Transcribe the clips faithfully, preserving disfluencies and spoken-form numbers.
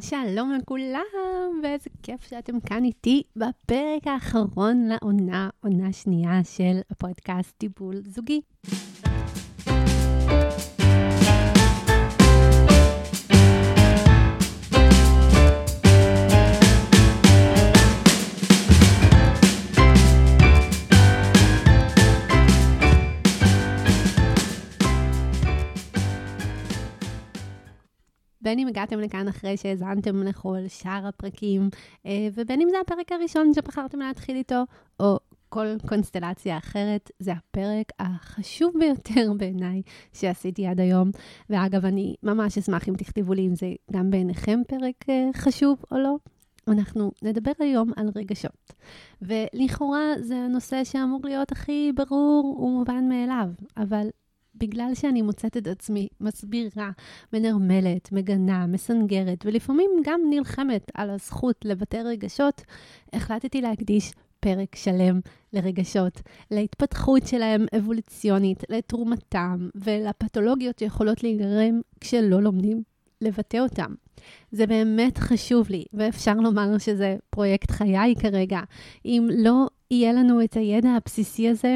שלום לכולם, ואיזה כיף שאתם כאן איתי בפרק האחרון לעונה, עונה שנייה של הפודקאסט טיפול זוגי. בין אם הגעתם לכאן אחרי שהזנתם לכל שאר הפרקים, ובין אם זה הפרק הראשון שבחרתם להתחיל איתו, או כל קונסטלציה אחרת, זה הפרק החשוב ביותר בעיניי שעשיתי עד היום. ואגב, אני ממש אשמח אם תכתבו לי אם זה גם בעיניכם פרק חשוב או לא. אנחנו נדבר היום על רגשות. ולכאורה זה הנושא שאמור להיות הכי ברור ומובן מאליו, אבל בגלל שאני מוצאת את עצמי מסבירה, מנרמלת, מגנה, מסנגרת, ולפעמים גם נלחמת על הזכות לבטא רגשות, החלטתי להקדיש פרק שלם לרגשות, להתפתחות שלהם אבולוציונית, לתרומתם ולפתולוגיות שיכולות להיגרם כשלא לומדים לבטא אותם. זה באמת חשוב לי, ואפשר לומר שזה פרויקט חיי כרגע. אם לא יהיה לנו את הידע הבסיסי הזה,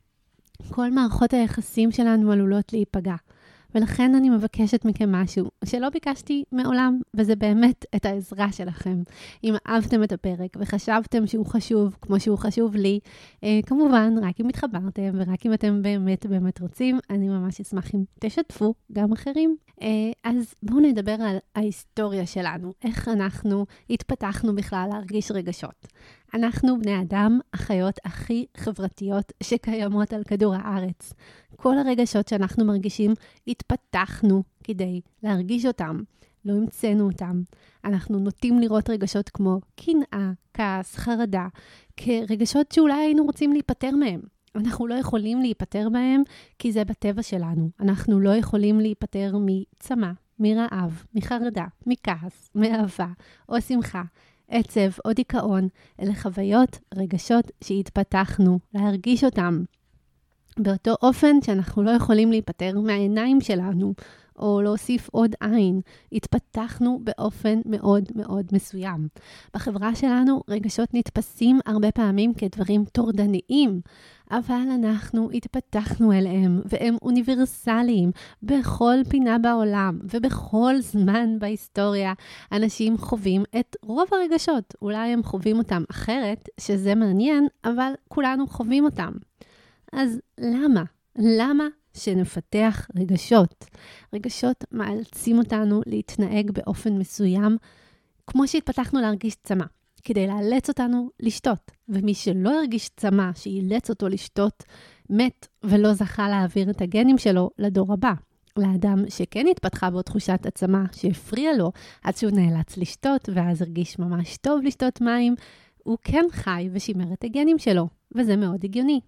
כל מערכות היחסים שלנו עלולות להיפגע. ולכן אני מבקשת מכם משהו שלא ביקשתי מעולם, וזה באמת את העזרה שלכם. אם אהבתם את הפרק וחשבתם שהוא חשוב כמו שהוא חשוב לי, אה, כמובן, רק אם התחברתם ורק אם אתם באמת באמת רוצים, אני ממש אשמח אם תשתפו גם אחרים. אה, אז בואו נדבר על ההיסטוריה שלנו, איך אנחנו התפתחנו בכלל להרגיש רגשות. אנחנו בני אדם, החיות הכי חברתיות שקיימות על כדור הארץ. כל הרגשות שאנחנו מרגישים התפתחנו כדי להרגיש אותם, לא המצאנו אותם. אנחנו נוטים לראות רגשות כמו קנאה, כעס, חרדה, כרגשות שאולי היינו רוצים להיפטר מהם. אנחנו לא יכולים להיפטר מהם כי זה בטבע שלנו. אנחנו לא יכולים להיפטר מצמא, מרעב, מחרדה, מכעס, מאהבה או שמחה. עצב או דיכאון, אלה חוויות, רגשות שהתפתחנו להרגיש אותם. באותו אופן שאנחנו לא יכולים להיפטר מהעיניים שלנו, או להוסיף עוד עין, התפתחנו באופן מאוד מאוד מסוים. בחברה שלנו רגשות נתפסים הרבה פעמים כדברים תורדניים, אבל אנחנו התפתחנו אליהם, והם אוניברסליים בכל פינה בעולם, ובכל זמן בהיסטוריה אנשים חווים את רוב הרגשות. אולי הם חווים אותם אחרת, שזה מעניין, אבל כולנו חווים אותם. אז למה? למה שנפתח רגשות? רגשות מאלצים אותנו להתנהג באופן מסוים, כמו שהתפתחנו להרגיש צמא, כדי לאלץ אותנו לשתות. ומי שלא הרגיש צמא, שאילץ אותו לשתות, מת ולא זכה להעביר את הגנים שלו לדור הבא. לאדם שכן התפתחה בו תחושת הצמא שהפריע לו, עד שהוא נאלץ לשתות, ואז הרגיש ממש טוב לשתות מים, הוא כן חי ושימר את הגנים שלו, וזה מאוד הגיוני.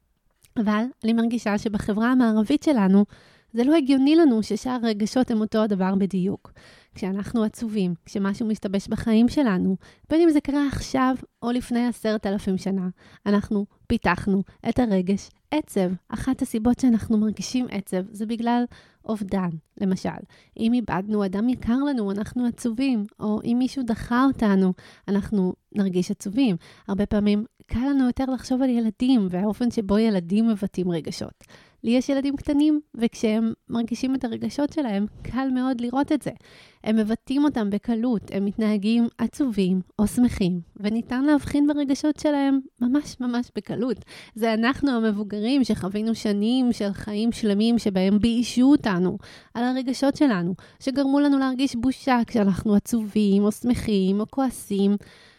אבל אני מרגישה שבחברה המערבית שלנו, זה לא הגיוני לנו ששאר הרגשות הם אותו הדבר בדיוק. כשאנחנו עצובים, כשמשהו מסתבש בחיים שלנו, בין אם זה קרה עכשיו או לפני עשרת אלפים שנה, אנחנו פיתחנו את הרגש עצב. אחת הסיבות שאנחנו מרגישים עצב זה בגלל אובדן. למשל, אם איבדנו אדם יקר לנו, אנחנו עצובים, או אם מישהו דחה אותנו, אנחנו נרגיש עצובים. הרבה פעמים קל לנו יותר לחשוב על ילדים, והאופן שבו ילדים מבטאים רגשות. לי יש ילדים קטנים, וכשהם מרגישים את הרגשות שלהם, קל מאוד לראות את זה. הם מבטאים אותם בקלות, הם מתנהגים עצובים או שמחים, וניתן להבחין ברגשות שלהם ממש ממש בקלות. זה אנחנו המבוגרים שחווינו שנים של חיים שלמים שבהם ביישו אותנו על הרגשות שלנו, שגרמו לנו להרגיש בושה כשאנחנו עצובים או שמחים או כועסים,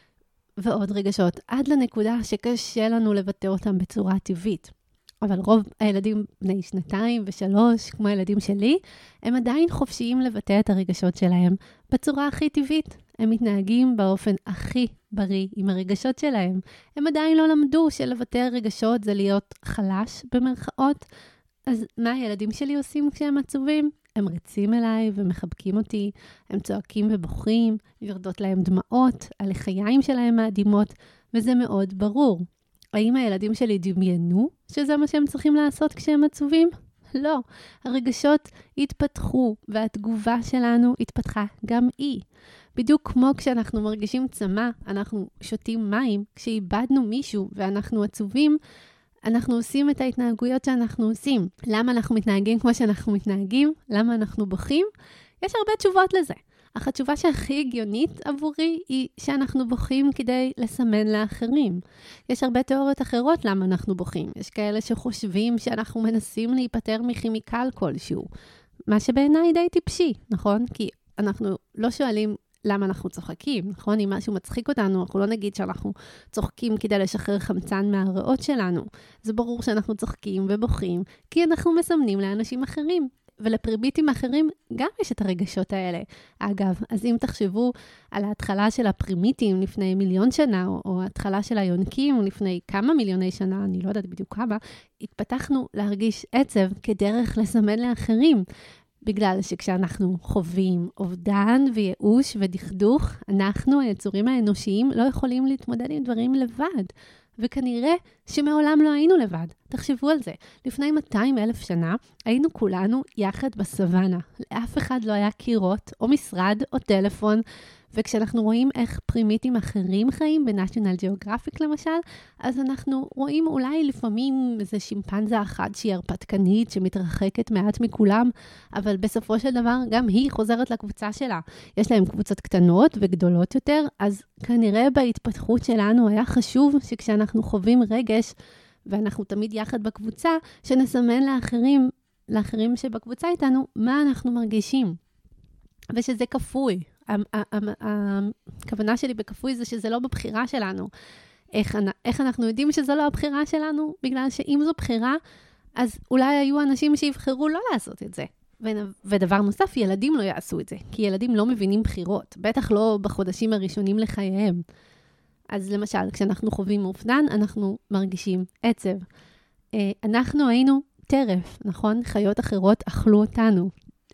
ועוד רגשות, עד לנקודה שקשה לנו לבטא אותם בצורה טבעית. אבל רוב הילדים בני שנתיים ושלוש, כמו הילדים שלי, הם עדיין חופשיים לבטא את הרגשות שלהם בצורה הכי טבעית. הם מתנהגים באופן הכי בריא עם הרגשות שלהם. הם עדיין לא למדו שלבטא רגשות זה להיות חלש במרכאות. אז מה הילדים שלי עושים כשהם עצובים? הם רצים אליי ומחבקים אותי, הם צועקים ובוכים, יורדות להם דמעות, הלחיים שלהם מאדימות, וזה מאוד ברור. האם הילדים שלי דמיינו שזה מה שהם צריכים לעשות כשהם עצובים? לא. הרגשות התפתחו והתגובה שלנו התפתחה גם היא. בדיוק כמו כשאנחנו מרגישים צמא, אנחנו שותים מים, כשאיבדנו מישהו ואנחנו עצובים, אנחנו עושים את ההתנהגויות שאנחנו עושים. למה אנחנו מתנהגים כמו שאנחנו מתנהגים? למה אנחנו בוכים? יש הרבה תשובות לזה. אך התשובה שהכי הגיונית עבורי היא שאנחנו בוכים כדי לסמן לאחרים. יש הרבה תיאוריות אחרות למה אנחנו בוכים. יש כאלה שחושבים שאנחנו מנסים להיפטר מכימיקל כלשהו. מה שבעיניי די טיפשי, נכון? כי אנחנו לא שואלים למה אנחנו צוחקים, נכון? אם משהו מצחיק אותנו, אנחנו לא נגיד שאנחנו צוחקים כדי לשחרר חמצן מהריאות שלנו. זה ברור שאנחנו צוחקים ובוכים, כי אנחנו מסמנים לאנשים אחרים. ולפרימיטים אחרים גם יש את הרגשות האלה. אגב, אז אם תחשבו על ההתחלה של הפרימיטים לפני מיליון שנה, או, או ההתחלה של היונקים לפני כמה מיליוני שנה, אני לא יודעת בדיוק כמה, התפתחנו להרגיש עצב כדרך לסמן לאחרים. בגלל שכשאנחנו חווים אובדן וייאוש ודכדוך, אנחנו, היצורים האנושיים, לא יכולים להתמודד עם דברים לבד. וכנראה שמעולם לא היינו לבד. תחשבו על זה. לפני מאתיים אלף שנה היינו כולנו יחד בסוואנה. לאף אחד לא היה קירות או משרד או טלפון. וכשאנחנו רואים איך פרימיטים אחרים חיים בנשיונל ג'יאוגרפיק למשל, אז אנחנו רואים אולי לפעמים איזה שימפנזה אחת שהיא הרפתקנית, שמתרחקת מעט מכולם, אבל בסופו של דבר גם היא חוזרת לקבוצה שלה. יש להם קבוצות קטנות וגדולות יותר, אז כנראה בהתפתחות שלנו היה חשוב שכשאנחנו חווים רגש, ואנחנו תמיד יחד בקבוצה, שנסמן לאחרים, לאחרים שבקבוצה איתנו, מה אנחנו מרגישים. ושזה כפוי. הכוונה שלי בכפוי זה שזה לא בבחירה שלנו. איך, איך אנחנו יודעים שזה לא הבחירה שלנו? בגלל שאם זו בחירה, אז אולי היו אנשים שיבחרו לא לעשות את זה. ודבר נוסף, ילדים לא יעשו את זה, כי ילדים לא מבינים בחירות, בטח לא בחודשים הראשונים לחייהם. אז למשל, כשאנחנו חווים אובדן, אנחנו מרגישים עצב. אנחנו היינו טרף, נכון? חיות אחרות אכלו אותנו.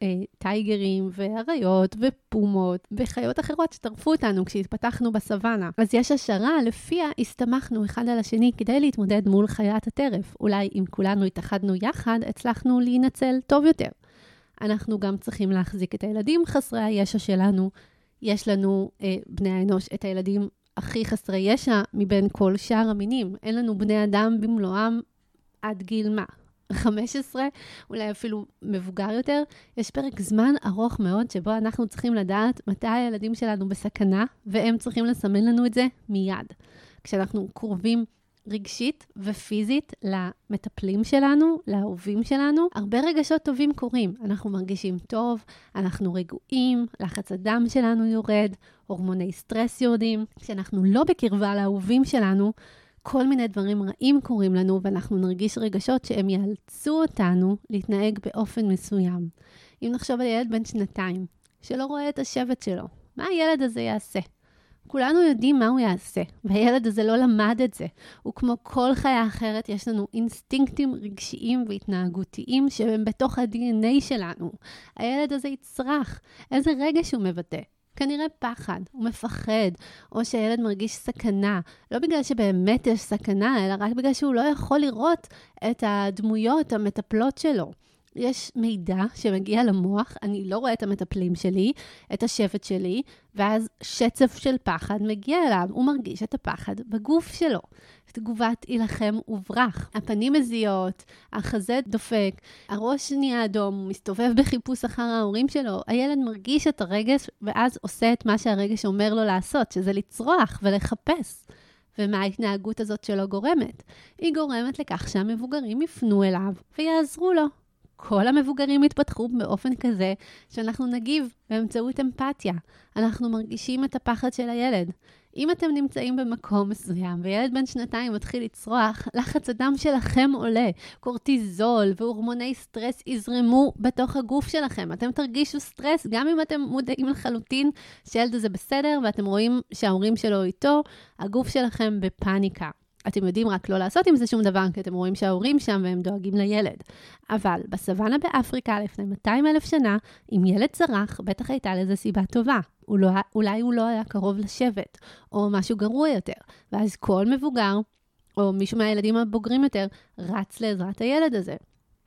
טייגרים ואריות ופומות וחיות אחרות שטרפו אותנו כשהתפתחנו בסוואנה. אז יש השערה לפיה הסתמכנו אחד על השני כדי להתמודד מול חיית הטרף. אולי אם כולנו התאחדנו יחד, הצלחנו להינצל טוב יותר. אנחנו גם צריכים להחזיק את הילדים חסרי הישע שלנו. יש לנו, אה, בני האנוש, את הילדים הכי חסרי ישע מבין כל שאר המינים. אין לנו בני אדם במלואם עד גיל מה? חמש עשרה, אולי אפילו מבוגר יותר, יש פרק זמן ארוך מאוד שבו אנחנו צריכים לדעת מתי הילדים שלנו בסכנה, והם צריכים לסמן לנו את זה מיד. כשאנחנו קרובים רגשית ופיזית למטפלים שלנו, לאהובים שלנו, הרבה רגשות טובים קורים. אנחנו מרגישים טוב, אנחנו רגועים, לחץ הדם שלנו יורד, הורמוני סטרס יורדים. כשאנחנו לא בקרבה לאהובים שלנו, כל מיני דברים רעים קורים לנו, ואנחנו נרגיש רגשות שהם יאלצו אותנו להתנהג באופן מסוים. אם נחשוב על ילד בן שנתיים, שלא רואה את השבט שלו, מה הילד הזה יעשה? כולנו יודעים מה הוא יעשה, והילד הזה לא למד את זה. וכמו כל חיה אחרת, יש לנו אינסטינקטים רגשיים והתנהגותיים שהם בתוך ה-די אן איי שלנו. הילד הזה יצרח. איזה רגש הוא מבטא? כנראה פחד, הוא מפחד, או שהילד מרגיש סכנה, לא בגלל שבאמת יש סכנה, אלא רק בגלל שהוא לא יכול לראות את הדמויות המטפלות שלו. יש מידע שמגיע למוח, אני לא רואה את המטפלים שלי, את השבט שלי, ואז שצף של פחד מגיע אליו, הוא מרגיש את הפחד בגוף שלו. תגובת הילחם וברח. הפנים מזיעות, החזה דופק, הראש נהיה אדום, הוא מסתובב בחיפוש אחר ההורים שלו, הילד מרגיש את הרגש ואז עושה את מה שהרגש אומר לו לעשות, שזה לצרוח ולחפש. ומה ההתנהגות הזאת שלו גורמת? היא גורמת לכך שהמבוגרים יפנו אליו ויעזרו לו. כל המבוגרים התפתחו באופן כזה שאנחנו נגיב באמצעות אמפתיה. אנחנו מרגישים את הפחד של הילד. אם אתם נמצאים במקום מסוים וילד בן שנתיים מתחיל לצרוח, לחץ הדם שלכם עולה, קורטיזול והורמוני סטרס יזרמו בתוך הגוף שלכם. אתם תרגישו סטרס גם אם אתם מודעים לחלוטין שילד הזה בסדר ואתם רואים שההורים שלו איתו, הגוף שלכם בפאניקה. אתם יודעים רק לא לעשות עם זה שום דבר, כי אתם רואים שההורים שם והם דואגים לילד. אבל בסוואנה באפריקה לפני מאתיים אלף שנה, אם ילד צרח, בטח הייתה לזה סיבה טובה. הוא לא, אולי הוא לא היה קרוב לשבט, או משהו גרוע יותר. ואז כל מבוגר, או מישהו מהילדים הבוגרים יותר, רץ לעזרת הילד הזה.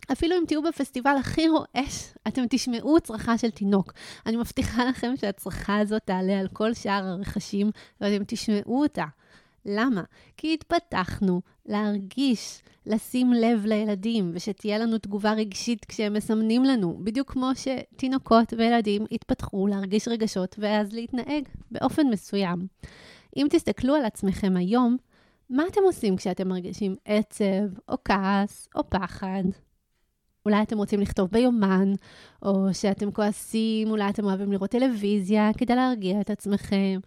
אפילו אם תהיו בפסטיבל הכי רועש, אתם תשמעו צרחה של תינוק. אני מבטיחה לכם שהצרחה הזאת תעלה על כל שאר הרכשים, ואתם תשמעו אותה. למה? כי התפתחנו להרגיש, לשים לב לילדים, ושתהיה לנו תגובה רגשית כשהם מסמנים לנו, בדיוק כמו שתינוקות וילדים התפתחו להרגיש רגשות, ואז להתנהג באופן מסוים. אם תסתכלו על עצמכם היום, מה אתם עושים כשאתם מרגישים עצב, או כעס, או פחד? אולי אתם רוצים לכתוב ביומן, או שאתם כועסים, אולי אתם אוהבים לראות טלוויזיה, כדי להרגיע את עצמכם.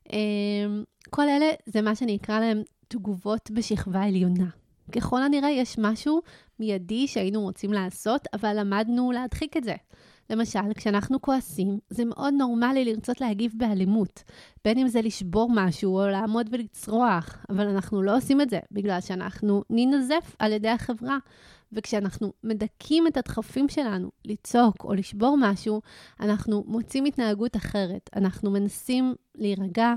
כל אלה זה מה שאני אקרא להם תגובות בשכבה עליונה. ככל הנראה יש משהו מיידי שהיינו רוצים לעשות, אבל למדנו להדחיק את זה. למשל, כשאנחנו כועסים, זה מאוד נורמלי לרצות להגיב באלימות. בין אם זה לשבור משהו או לעמוד ולצרוח, אבל אנחנו לא עושים את זה, בגלל שאנחנו ננזף על ידי החברה. וכשאנחנו מדקים את הדחפים שלנו לצעוק או לשבור משהו, אנחנו מוצאים התנהגות אחרת. אנחנו מנסים להירגע,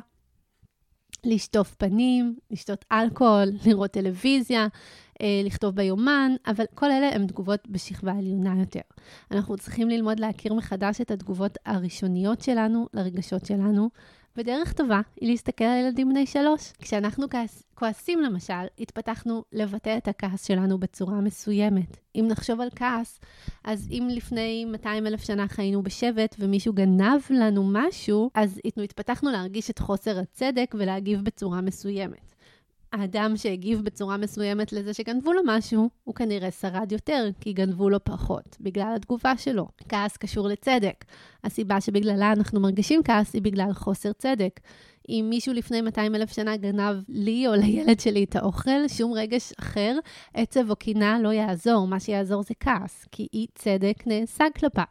לשטוף פנים, לשתות אלכוהול, לראות טלוויזיה, לכתוב ביומן, אבל כל אלה הן תגובות בשכבה עליונה יותר. אנחנו צריכים ללמוד להכיר מחדש את התגובות הראשוניות שלנו לרגשות שלנו, ודרך טובה היא להסתכל על ילדים בני שלוש. כשאנחנו כעס, כועסים למשל, התפתחנו לבטא את הכעס שלנו בצורה מסוימת. אם נחשוב על כעס, אז אם לפני מאתיים אלף שנה חיינו בשבט ומישהו גנב לנו משהו, אז התפתחנו להרגיש את חוסר הצדק ולהגיב בצורה מסוימת. האדם שהגיב בצורה מסוימת לזה שגנבו לו משהו, הוא כנראה שרד יותר, כי גנבו לו פחות, בגלל התגובה שלו. כעס קשור לצדק. הסיבה שבגללה אנחנו מרגישים כעס היא בגלל חוסר צדק. אם מישהו לפני מאתיים אלף שנה גנב לי או לילד שלי את האוכל, שום רגש אחר, עצב או קינה לא יעזור. מה שיעזור זה כעס, כי אי צדק נעשה כלפיי.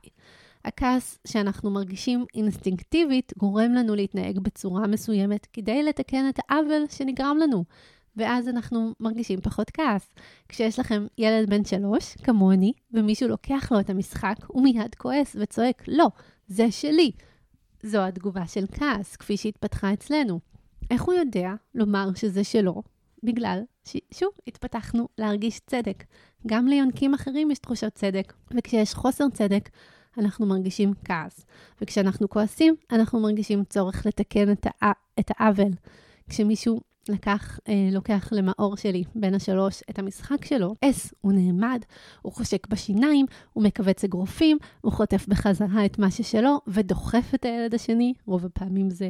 הכעס שאנחנו מרגישים אינסטינקטיבית גורם לנו להתנהג בצורה מסוימת כדי לתקן את העוול שנגרם לנו. ואז אנחנו מרגישים פחות כעס. כשיש לכם ילד בן שלוש, כמוני, ומישהו לוקח לו את המשחק, הוא מיד כועס וצועק, לא, זה שלי. זו התגובה של כעס, כפי שהתפתחה אצלנו. איך הוא יודע לומר שזה שלו? בגלל ששוב, התפתחנו להרגיש צדק. גם ליונקים אחרים יש תחושות צדק, וכשיש חוסר צדק, אנחנו מרגישים כעס. וכשאנחנו כועסים, אנחנו מרגישים צורך לתקן את, הע... את העוול. כשמישהו לקח, אה, לוקח למאור שלי, בן השלוש, את המשחק שלו, אס, הוא נעמד, הוא חושק בשיניים, הוא מקבץ אגרופים, הוא חוטף בחזרה את מה ששלו, ודוחף את הילד השני, רוב הפעמים זה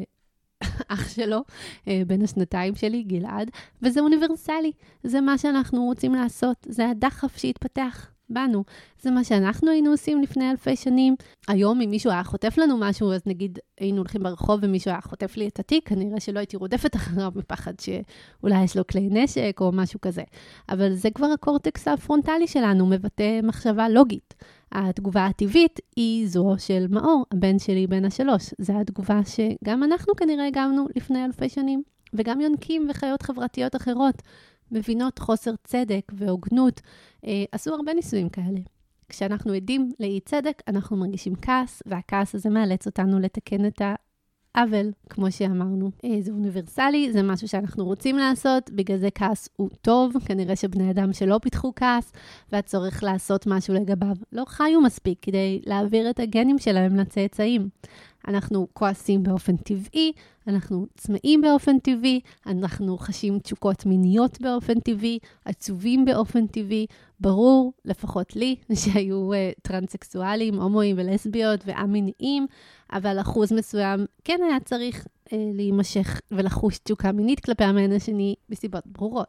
אח שלו, אה, בן השנתיים שלי, גלעד, וזה אוניברסלי. זה מה שאנחנו רוצים לעשות, זה הדחף שהתפתח בנו. זה מה שאנחנו היינו עושים לפני אלפי שנים. היום אם מישהו היה חוטף לנו משהו, אז נגיד היינו הולכים ברחוב ומישהו היה חוטף לי את התיק, כנראה שלא הייתי רודפת אחריו מפחד שאולי יש לו כלי נשק או משהו כזה. אבל זה כבר הקורטקס הפרונטלי שלנו, מבטא מחשבה לוגית. התגובה הטבעית היא זו של מאור, הבן שלי בן השלוש. זו התגובה שגם אנחנו כנראה הגענו לפני אלפי שנים, וגם יונקים וחיות חברתיות אחרות מבינות חוסר צדק והוגנות. אה, עשו הרבה ניסויים כאלה. כשאנחנו עדים לאי צדק, אנחנו מרגישים כעס, והכעס הזה מאלץ אותנו לתקן את העוול, כמו שאמרנו. אה, זה אוניברסלי, זה משהו שאנחנו רוצים לעשות, בגלל זה כעס הוא טוב, כנראה שבני אדם שלא פיתחו כעס, והצורך לעשות משהו לגביו לא חיו מספיק כדי להעביר את הגנים שלהם לצאצאים. אנחנו כועסים באופן טבעי, אנחנו צמאים באופן טבעי, אנחנו חשים תשוקות מיניות באופן טבעי, עצובים באופן טבעי. ברור, לפחות לי, שהיו uh, טרנסקסואלים, הומואים ולסביות ואמיניים, אבל אחוז מסוים כן היה צריך uh, להימשך ולחוש תשוקה מינית כלפי המין השני בסיבות ברורות.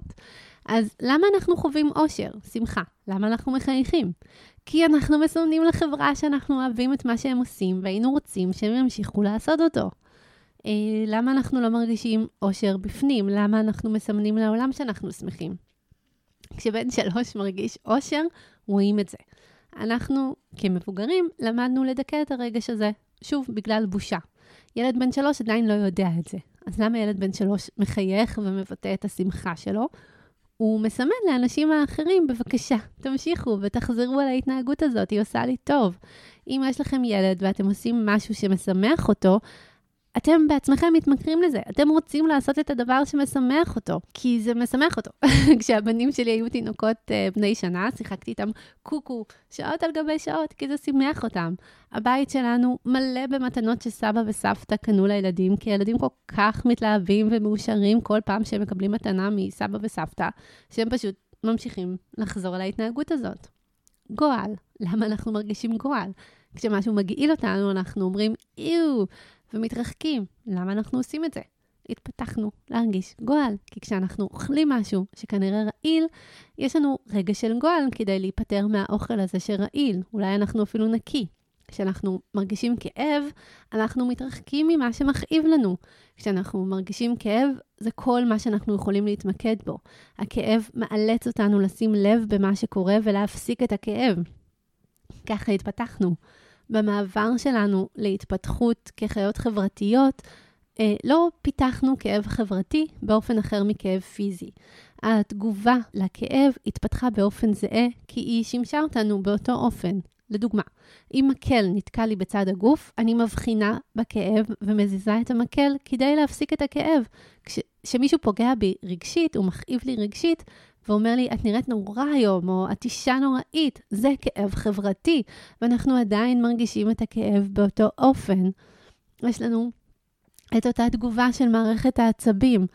אז למה אנחנו חווים אושר, שמחה? למה אנחנו מחייכים? כי אנחנו מסמנים לחברה שאנחנו אוהבים את מה שהם עושים, והיינו רוצים שהם ימשיכו לעשות אותו. אה, למה אנחנו לא מרגישים אושר בפנים? למה אנחנו מסמנים לעולם שאנחנו שמחים? כשבן שלוש מרגיש אושר, רואים את זה. אנחנו כמבוגרים למדנו לדכא את הרגש הזה, שוב, בגלל בושה. ילד בן שלוש עדיין לא יודע את זה. אז למה ילד בן שלוש מחייך ומבטא את השמחה שלו? הוא מסמן לאנשים האחרים, בבקשה, תמשיכו ותחזרו על ההתנהגות הזאת, היא עושה לי טוב. אם יש לכם ילד ואתם עושים משהו שמשמח אותו, אתם בעצמכם מתמכרים לזה. אתם רוצים לעשות את הדבר שמשמח אותו, כי זה משמח אותו. כשהבנים שלי היו תינוקות uh, בני שנה, שיחקתי איתם קוקו, שעות על גבי שעות, כי זה שימח אותם. הבית שלנו מלא במתנות שסבא וסבתא קנו לילדים, כי הילדים כל כך מתלהבים ומאושרים כל פעם שהם מקבלים מתנה מסבא וסבתא, שהם פשוט ממשיכים לחזור על ההתנהגות הזאת. גועל. למה אנחנו מרגישים גועל? כשמשהו מגעיל אותנו, אנחנו אומרים, איו, ומתרחקים. למה אנחנו עושים את זה? התפתחנו להרגיש גועל, כי כשאנחנו אוכלים משהו שכנראה רעיל, יש לנו רגע של גועל כדי להיפטר מהאוכל הזה שרעיל. אולי אנחנו אפילו נקי. כשאנחנו מרגישים כאב, אנחנו מתרחקים ממה שמכאיב לנו. כשאנחנו מרגישים כאב, זה כל מה שאנחנו יכולים להתמקד בו. הכאב מאלץ אותנו לשים לב במה שקורה ולהפסיק את הכאב. ככה התפתחנו. במעבר שלנו להתפתחות כחיות חברתיות, אה, לא פיתחנו כאב חברתי באופן אחר מכאב פיזי. התגובה לכאב התפתחה באופן זהה, כי היא שימשה אותנו באותו אופן. לדוגמה, אם מקל נתקע לי בצד הגוף, אני מבחינה בכאב ומזיזה את המקל כדי להפסיק את הכאב. כשמישהו פוגע בי רגשית, הוא מכאיב לי רגשית, ואומר לי, את נראית נורא היום, או את אישה נוראית, זה כאב חברתי, ואנחנו עדיין מרגישים את הכאב באותו אופן. יש לנו את אותה תגובה של מערכת העצבים,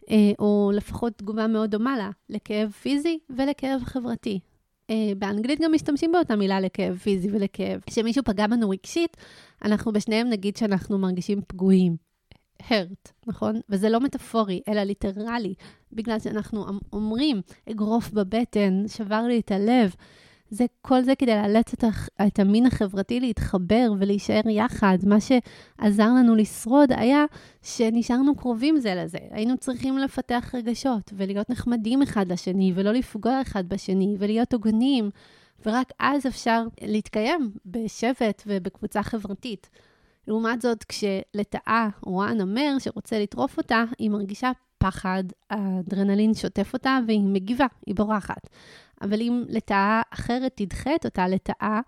או לפחות תגובה מאוד דומה לה, לכאב פיזי ולכאב חברתי. באנגלית גם משתמשים באותה מילה לכאב פיזי ולכאב. כשמישהו פגע בנו רגשית, אנחנו בשניהם נגיד שאנחנו מרגישים פגועים. hurt, נכון? וזה לא מטאפורי, אלא ליטרלי, בגלל שאנחנו אומרים, אגרוף בבטן, שבר לי את הלב. זה, כל זה כדי לאלץ את, את המין החברתי להתחבר ולהישאר יחד. מה שעזר לנו לשרוד היה שנשארנו קרובים זה לזה. היינו צריכים לפתח רגשות ולהיות נחמדים אחד לשני, ולא לפגוע אחד בשני, ולהיות הוגנים. ורק אז אפשר להתקיים בשבט ובקבוצה חברתית. לעומת זאת, כשלטאה רואה נמר שרוצה לטרוף אותה, היא מרגישה פחד, האדרנלין שוטף אותה והיא מגיבה, היא בורחת. אבל אם לטאה אחרת תדחת אותה לטאה,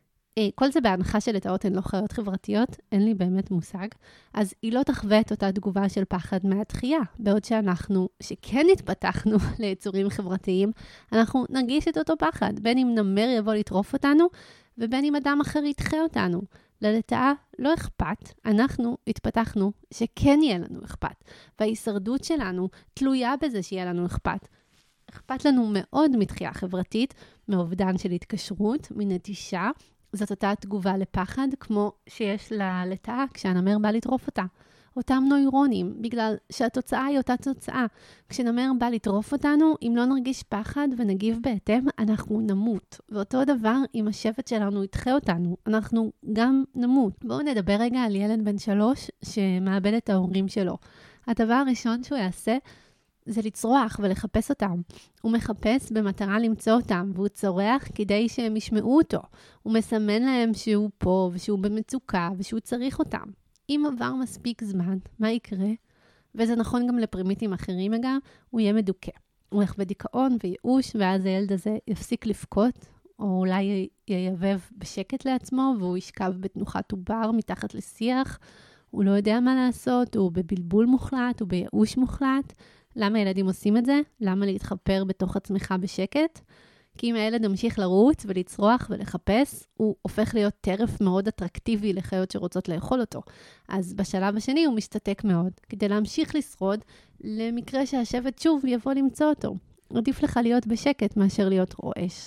כל זה בהנחה שלטאות הן לא חיות חברתיות, אין לי באמת מושג, אז היא לא תחווה את אותה תגובה של פחד מהתחייה, בעוד שאנחנו, שכן התפתחנו ליצורים חברתיים, אנחנו נרגיש את אותו פחד, בין אם נמר יבוא לטרוף אותנו, ובין אם אדם אחר ידחה אותנו. ללטאה לא אכפת, אנחנו התפתחנו שכן יהיה לנו אכפת, וההישרדות שלנו תלויה בזה שיהיה לנו אכפת. אכפת לנו מאוד מתחייה חברתית, מאובדן של התקשרות, מנטישה, זאת אותה תגובה לפחד, כמו שיש ללטאה כשהנמר בא לטרוף אותה. אותם נוירונים, בגלל שהתוצאה היא אותה תוצאה. כשנמר בא לטרוף אותנו, אם לא נרגיש פחד ונגיב בהתאם, אנחנו נמות. ואותו דבר, אם השבט שלנו ידחה אותנו, אנחנו גם נמות. בואו נדבר רגע על ילד בן שלוש שמאבד את ההורים שלו. הדבר הראשון שהוא יעשה, זה לצרוח ולחפש אותם. הוא מחפש במטרה למצוא אותם, והוא צורח כדי שהם ישמעו אותו. הוא מסמן להם שהוא פה ושהוא במצוקה ושהוא צריך אותם. אם עבר מספיק זמן, מה יקרה? וזה נכון גם לפרימיטים אחרים אגב, הוא יהיה מדוכא. הוא יחווה דיכאון וייאוש, ואז הילד הזה יפסיק לבכות, או אולי ייבב בשקט לעצמו, והוא ישכב בתנוחת עובר מתחת לשיח. הוא לא יודע מה לעשות, הוא בבלבול מוחלט, הוא בייאוש מוחלט. למה ילדים עושים את זה? למה להתחפר בתוך עצמך בשקט? כי אם הילד ממשיך לרוץ ולצרוח ולחפש, הוא הופך להיות טרף מאוד אטרקטיבי לחיות שרוצות לאכול אותו. אז בשלב השני הוא משתתק מאוד, כדי להמשיך לשרוד, למקרה שהשבט שוב יבוא למצוא אותו. עדיף לך להיות בשקט מאשר להיות רועש.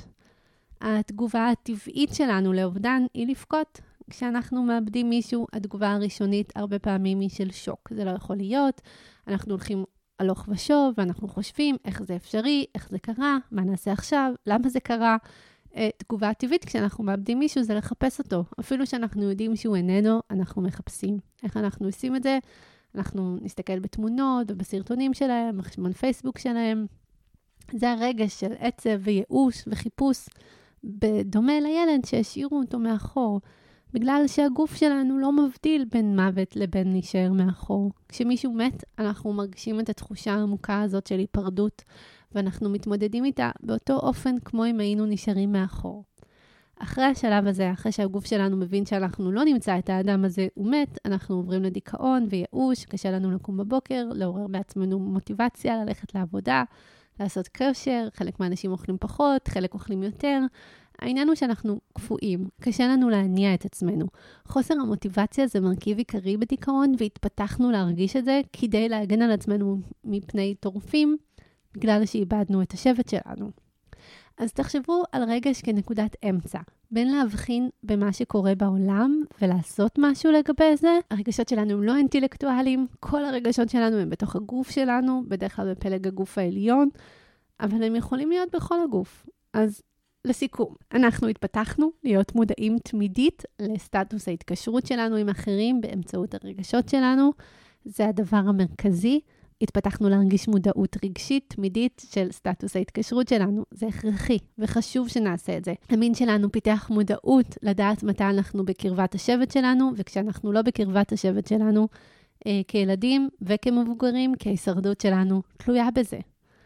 התגובה הטבעית שלנו לאובדן היא לבכות. כשאנחנו מאבדים מישהו, התגובה הראשונית הרבה פעמים היא של שוק. זה לא יכול להיות, אנחנו הולכים הלוך ושוב, ואנחנו חושבים איך זה אפשרי, איך זה קרה, מה נעשה עכשיו, למה זה קרה. תגובה טבעית כשאנחנו מאבדים מישהו זה לחפש אותו. אפילו שאנחנו יודעים שהוא איננו, אנחנו מחפשים. איך אנחנו עושים את זה? אנחנו נסתכל בתמונות ובסרטונים שלהם, בחשבון פייסבוק שלהם. זה הרגש של עצב וייאוש וחיפוש, בדומה לילד שהשאירו אותו מאחור. בגלל שהגוף שלנו לא מבדיל בין מוות לבין להישאר מאחור. כשמישהו מת, אנחנו מרגישים את התחושה העמוקה הזאת של היפרדות, ואנחנו מתמודדים איתה באותו אופן כמו אם היינו נשארים מאחור. אחרי השלב הזה, אחרי שהגוף שלנו מבין שאנחנו לא נמצא את האדם הזה, הוא מת, אנחנו עוברים לדיכאון וייאוש, קשה לנו לקום בבוקר, לעורר בעצמנו מוטיבציה, ללכת לעבודה, לעשות כושר, חלק מהאנשים אוכלים פחות, חלק אוכלים יותר. העניין הוא שאנחנו קפואים, קשה לנו להניע את עצמנו. חוסר המוטיבציה זה מרכיב עיקרי בדיכאון, והתפתחנו להרגיש את זה כדי להגן על עצמנו מפני טורפים, בגלל שאיבדנו את השבט שלנו. אז תחשבו על רגש כנקודת אמצע, בין להבחין במה שקורה בעולם ולעשות משהו לגבי זה. הרגשות שלנו הם לא אינטלקטואליים, כל הרגשות שלנו הם בתוך הגוף שלנו, בדרך כלל בפלג הגוף העליון, אבל הם יכולים להיות בכל הגוף. אז לסיכום, אנחנו התפתחנו להיות מודעים תמידית לסטטוס ההתקשרות שלנו עם אחרים באמצעות הרגשות שלנו. זה הדבר המרכזי. התפתחנו להרגיש מודעות רגשית תמידית של סטטוס ההתקשרות שלנו. זה הכרחי וחשוב שנעשה את זה. המין שלנו פיתח מודעות לדעת מתי אנחנו בקרבת השבט שלנו, וכשאנחנו לא בקרבת השבט שלנו, אה, כילדים וכמבוגרים, כי ההישרדות שלנו תלויה בזה.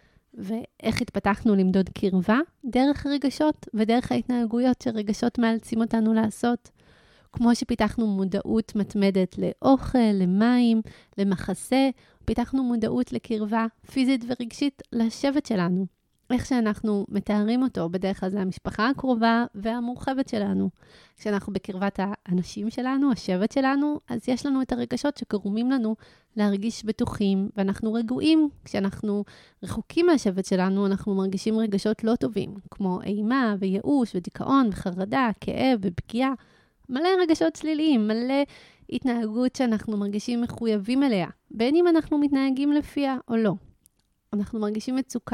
ואיך התפתחנו למדוד קרבה? דרך רגשות ודרך ההתנהגויות שרגשות מאלצים אותנו לעשות. כמו שפיתחנו מודעות מתמדת לאוכל, למים, למחסה, פיתחנו מודעות לקרבה פיזית ורגשית לשבט שלנו. איך שאנחנו מתארים אותו, בדרך כלל זה המשפחה הקרובה והמורחבת שלנו. כשאנחנו בקרבת האנשים שלנו, השבט שלנו, אז יש לנו את הרגשות שגורמים לנו להרגיש בטוחים, ואנחנו רגועים. כשאנחנו רחוקים מהשבט שלנו, אנחנו מרגישים רגשות לא טובים, כמו אימה וייאוש ודיכאון וחרדה, כאב ופגיעה. מלא רגשות שליליים, מלא התנהגות שאנחנו מרגישים מחויבים אליה, בין אם אנחנו מתנהגים לפיה או לא. אנחנו מרגישים מצוקה.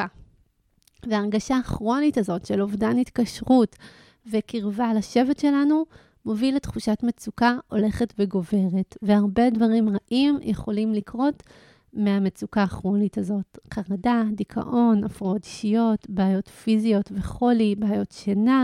וההרגשה הכרונית הזאת של אובדן התקשרות וקרבה לשבט שלנו, מוביל לתחושת מצוקה הולכת וגוברת, והרבה דברים רעים יכולים לקרות מהמצוקה הכרונית הזאת. חרדה, דיכאון, הפרעות אישיות, בעיות פיזיות וחולי, בעיות שינה,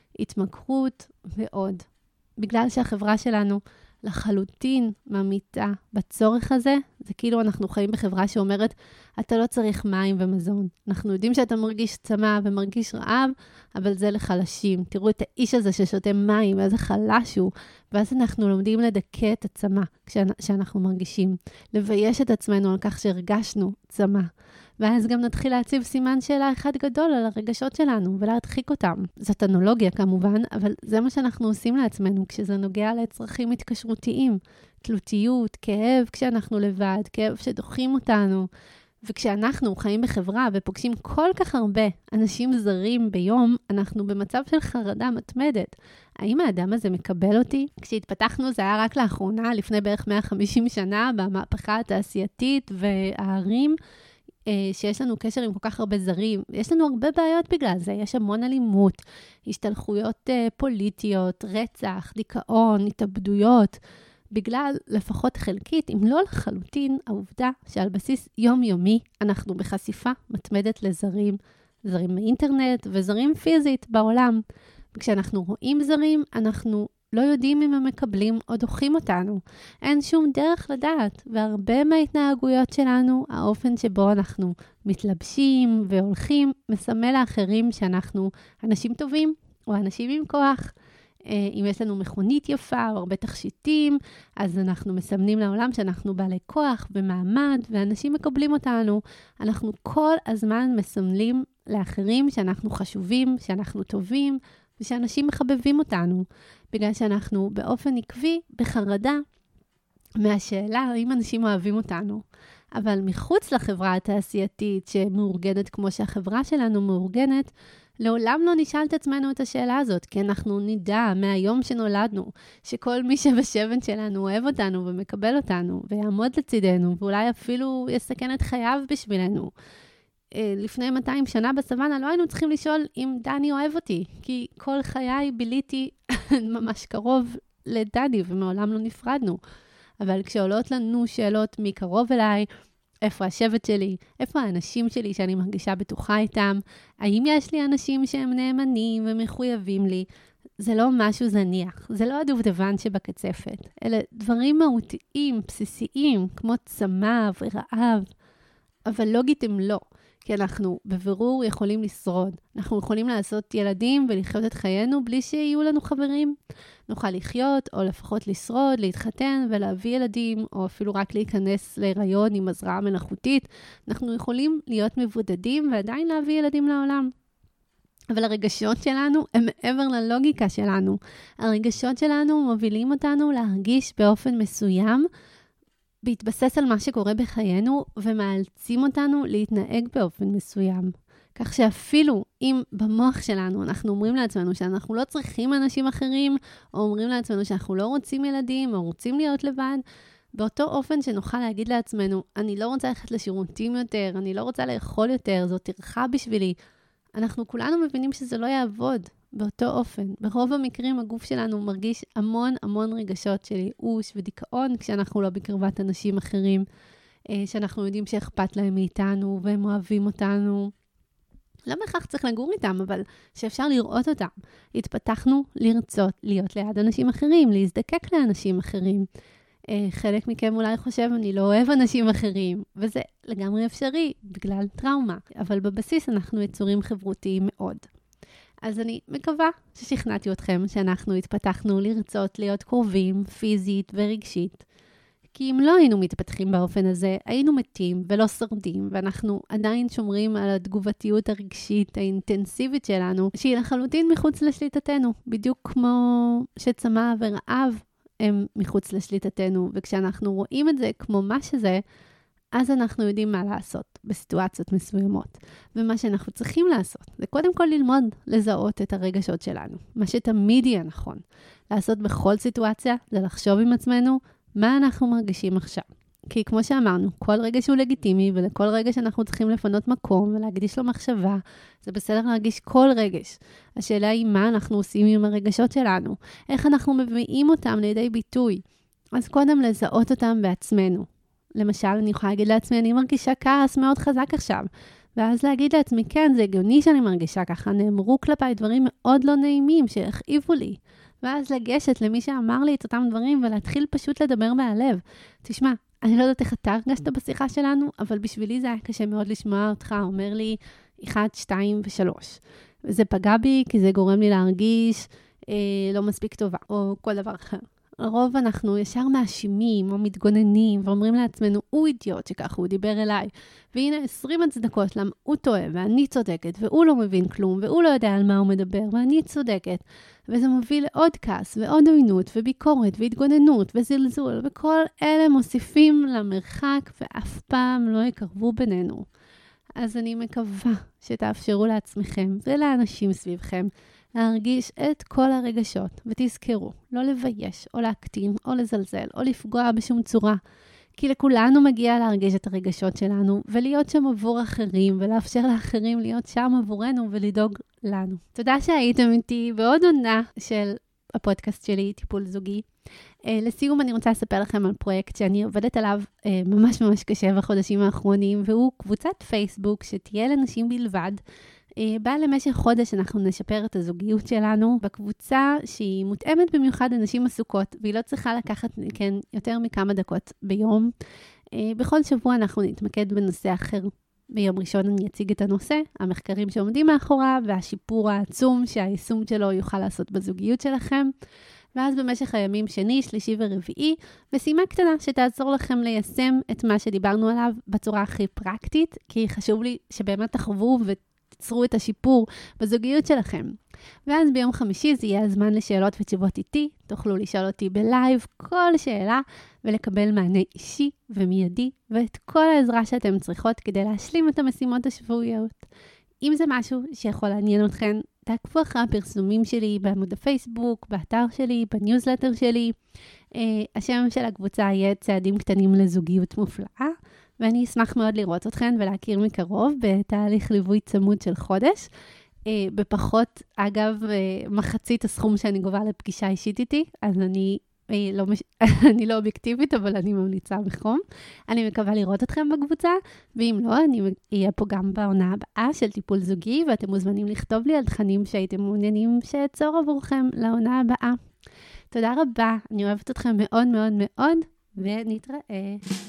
התמכרות ועוד. בגלל שהחברה שלנו לחלוטין ממיתה בצורך הזה, זה כאילו אנחנו חיים בחברה שאומרת, אתה לא צריך מים ומזון. אנחנו יודעים שאתה מרגיש צמא ומרגיש רעב, אבל זה לחלשים. תראו את האיש הזה ששותה מים, איזה חלש הוא. ואז אנחנו לומדים לדכא את הצמא שאנחנו מרגישים. לבייש את עצמנו על כך שהרגשנו צמא. ואז גם נתחיל להציב סימן שאלה אחד גדול על הרגשות שלנו, ולהדחיק אותם. זאת אנלוגיה כמובן, אבל זה מה שאנחנו עושים לעצמנו, כשזה נוגע לצרכים התקשרותיים. תלותיות, כאב כשאנחנו לבד, כאב שדוחים אותנו. וכשאנחנו חיים בחברה ופוגשים כל כך הרבה אנשים זרים ביום, אנחנו במצב של חרדה מתמדת. האם האדם הזה מקבל אותי? כשהתפתחנו זה היה רק לאחרונה, לפני בערך מאה וחמישים שנה, במהפכה התעשייתית והערים, שיש לנו קשר עם כל כך הרבה זרים. יש לנו הרבה בעיות בגלל זה. יש המון אלימות, השתלחויות פוליטיות, רצח, דיכאון, התאבדויות. בגלל לפחות חלקית, אם לא לחלוטין, העובדה שעל בסיס יומיומי אנחנו בחשיפה מתמדת לזרים, זרים באינטרנט וזרים פיזית בעולם. וכשאנחנו רואים זרים, אנחנו לא יודעים אם הם מקבלים או דוחים אותנו. אין שום דרך לדעת, והרבה מההתנהגויות שלנו, האופן שבו אנחנו מתלבשים והולכים, מסמל לאחרים שאנחנו אנשים טובים או אנשים עם כוח. אם יש לנו מכונית יפה או הרבה תכשיטים, אז אנחנו מסמנים לעולם שאנחנו בעלי כוח ומעמד, ואנשים מקבלים אותנו. אנחנו כל הזמן מסמלים לאחרים שאנחנו חשובים, שאנחנו טובים, ושאנשים מחבבים אותנו, בגלל שאנחנו באופן עקבי בחרדה מהשאלה האם אנשים אוהבים אותנו. אבל מחוץ לחברה התעשייתית שמאורגנת כמו שהחברה שלנו מאורגנת, לעולם לא נשאל את עצמנו את השאלה הזאת, כי אנחנו נדע מהיום שנולדנו, שכל מי שבשבט שלנו אוהב אותנו ומקבל אותנו, ויעמוד לצידנו, ואולי אפילו יסכן את חייו בשבילנו. לפני מאתיים שנה בסוואנה לא היינו צריכים לשאול אם דני אוהב אותי, כי כל חיי ביליתי ממש קרוב לדני, ומעולם לא נפרדנו. אבל כשעולות לנו שאלות מי קרוב אליי, איפה השבט שלי, איפה האנשים שלי שאני מרגישה בטוחה איתם, האם יש לי אנשים שהם נאמנים ומחויבים לי, זה לא משהו זניח, זה לא הדובדבן שבקצפת, אלה דברים מהותיים, בסיסיים, כמו צמא ורעב, אבל לוגית הם לא, כי אנחנו בבירור יכולים לשרוד. אנחנו יכולים לעשות ילדים ולחיות את חיינו בלי שיהיו לנו חברים. נוכל לחיות או לפחות לשרוד, להתחתן ולהביא ילדים, או אפילו רק להיכנס להיריון עם הזרעה מלאכותית. אנחנו יכולים להיות מבודדים ועדיין להביא ילדים לעולם. אבל הרגשות שלנו הם מעבר ללוגיקה שלנו. הרגשות שלנו מובילים אותנו להרגיש באופן מסוים, בהתבסס על מה שקורה בחיינו, ומאלצים אותנו להתנהג באופן מסוים. כך שאפילו אם במוח שלנו אנחנו אומרים לעצמנו שאנחנו לא צריכים אנשים אחרים, או אומרים לעצמנו שאנחנו לא רוצים ילדים, או רוצים להיות לבד, באותו אופן שנוכל להגיד לעצמנו, אני לא רוצה ללכת לשירותים יותר, אני לא רוצה לאכול יותר, זאת טרחה בשבילי. אנחנו כולנו מבינים שזה לא יעבוד באותו אופן. ברוב המקרים הגוף שלנו מרגיש המון המון רגשות של ייאוש ודיכאון, כשאנחנו לא בקרבת אנשים אחרים, שאנחנו יודעים שאכפת להם מאיתנו, והם אוהבים אותנו. לא בהכרח צריך לגור איתם, אבל שאפשר לראות אותם. התפתחנו לרצות להיות ליד אנשים אחרים, להזדקק לאנשים אחרים. חלק מכם אולי חושב, אני לא אוהב אנשים אחרים, וזה לגמרי אפשרי, בגלל טראומה. אבל בבסיס אנחנו יצורים חברותיים מאוד. אז אני מקווה ששכנעתי אתכם שאנחנו התפתחנו לרצות להיות קרובים, פיזית ורגשית. כי אם לא היינו מתפתחים באופן הזה, היינו מתים ולא שורדים, ואנחנו עדיין שומרים על התגובתיות הרגשית האינטנסיבית שלנו, שהיא לחלוטין מחוץ לשליטתנו, בדיוק כמו שצמא ורעב הם מחוץ לשליטתנו, וכשאנחנו רואים את זה כמו מה שזה, אז אנחנו יודעים מה לעשות בסיטואציות מסוימות. ומה שאנחנו צריכים לעשות, זה קודם כל ללמוד לזהות את הרגשות שלנו. מה שתמיד יהיה נכון לעשות בכל סיטואציה, זה לחשוב עם עצמנו מה אנחנו מרגישים עכשיו. כי כמו שאמרנו, כל רגש הוא לגיטימי, ולכל רגש אנחנו צריכים לפנות מקום ולהקדיש לו מחשבה. זה בסדר להרגיש כל רגש. השאלה היא מה אנחנו עושים עם הרגשות שלנו. איך אנחנו מביאים אותם לידי ביטוי. אז קודם לזהות אותם בעצמנו. למשל, אני יכולה להגיד לעצמי, אני מרגישה כעס מאוד חזק עכשיו. ואז להגיד לעצמי, כן, זה הגיוני שאני מרגישה ככה. נאמרו כלפיי דברים מאוד לא נעימים שהכאיבו לי. ואז לגשת למי שאמר לי את אותם דברים, ולהתחיל פשוט לדבר מהלב. תשמע, אני לא יודעת איך אתה הרגשת בשיחה שלנו, אבל בשבילי זה היה קשה מאוד לשמוע אותך, אומר לי, אחד, שתיים ושלוש. זה פגע בי, כי זה גורם לי להרגיש אה, לא מספיק טובה, או כל דבר אחר. לרוב אנחנו ישר מאשימים או מתגוננים ואומרים לעצמנו, הוא אידיוט שככה הוא דיבר אליי. והנה עשרים הצדקות למה הוא טועה ואני צודקת והוא לא מבין כלום והוא לא יודע על מה הוא מדבר ואני צודקת. וזה מוביל לעוד כעס ועוד עוינות וביקורת והתגוננות וזלזול וכל אלה מוסיפים למרחק ואף פעם לא יקרבו בינינו. אז אני מקווה שתאפשרו לעצמכם ולאנשים סביבכם להרגיש את כל הרגשות, ותזכרו, לא לבייש, או להקטין, או לזלזל, או לפגוע בשום צורה. כי לכולנו מגיע להרגיש את הרגשות שלנו, ולהיות שם עבור אחרים, ולאפשר לאחרים להיות שם עבורנו, ולדאוג לנו. תודה שהייתם איתי בעוד עונה של הפודקאסט שלי, טיפול זוגי. לסיום אני רוצה לספר לכם על פרויקט שאני עובדת עליו ממש ממש קשה בחודשים האחרונים, והוא קבוצת פייסבוק שתהיה לנשים בלבד, באה למשך חודש אנחנו נשפר את הזוגיות שלנו בקבוצה שהיא מותאמת במיוחד לנשים עסוקות, והיא לא צריכה לקחת כן, יותר מכמה דקות ביום. בכל שבוע אנחנו נתמקד בנושא אחר. ביום ראשון אני אציג את הנושא, המחקרים שעומדים מאחוריו, והשיפור העצום שהיישום שלו יוכל לעשות בזוגיות שלכם. ואז במשך הימים שני, שלישי ורביעי, משימה קטנה שתעזור לכם ליישם את מה שדיברנו עליו בצורה הכי פרקטית, כי חשוב לי שבאמת תחוו ו... תצרו את השיפור בזוגיות שלכם. ואז ביום חמישי זה יהיה הזמן לשאלות ותשובות איתי. תוכלו לשאול אותי בלייב כל שאלה ולקבל מענה אישי ומיידי ואת כל העזרה שאתם צריכות כדי להשלים את המשימות השבועיות. אם זה משהו שיכול לעניין אתכם, תעקבו אחרי הפרסומים שלי בעמוד הפייסבוק, באתר שלי, בניוזלטר שלי. השם של הקבוצה יהיה צעדים קטנים לזוגיות מופלאה. ואני אשמח מאוד לראות אתכן ולהכיר מקרוב בתהליך ליווי צמוד של חודש. בפחות, אגב, מחצית הסכום שאני גובה לפגישה אישית איתי, אז אני לא, מש... אני לא אובייקטיבית, אבל אני ממליצה בחום. אני מקווה לראות אתכם בקבוצה, ואם לא, אני אהיה פה גם בעונה הבאה של טיפול זוגי, ואתם מוזמנים לכתוב לי על תכנים שהייתם מעוניינים שאצור עבורכם לעונה הבאה. תודה רבה, אני אוהבת אתכם מאוד מאוד מאוד, ונתראה.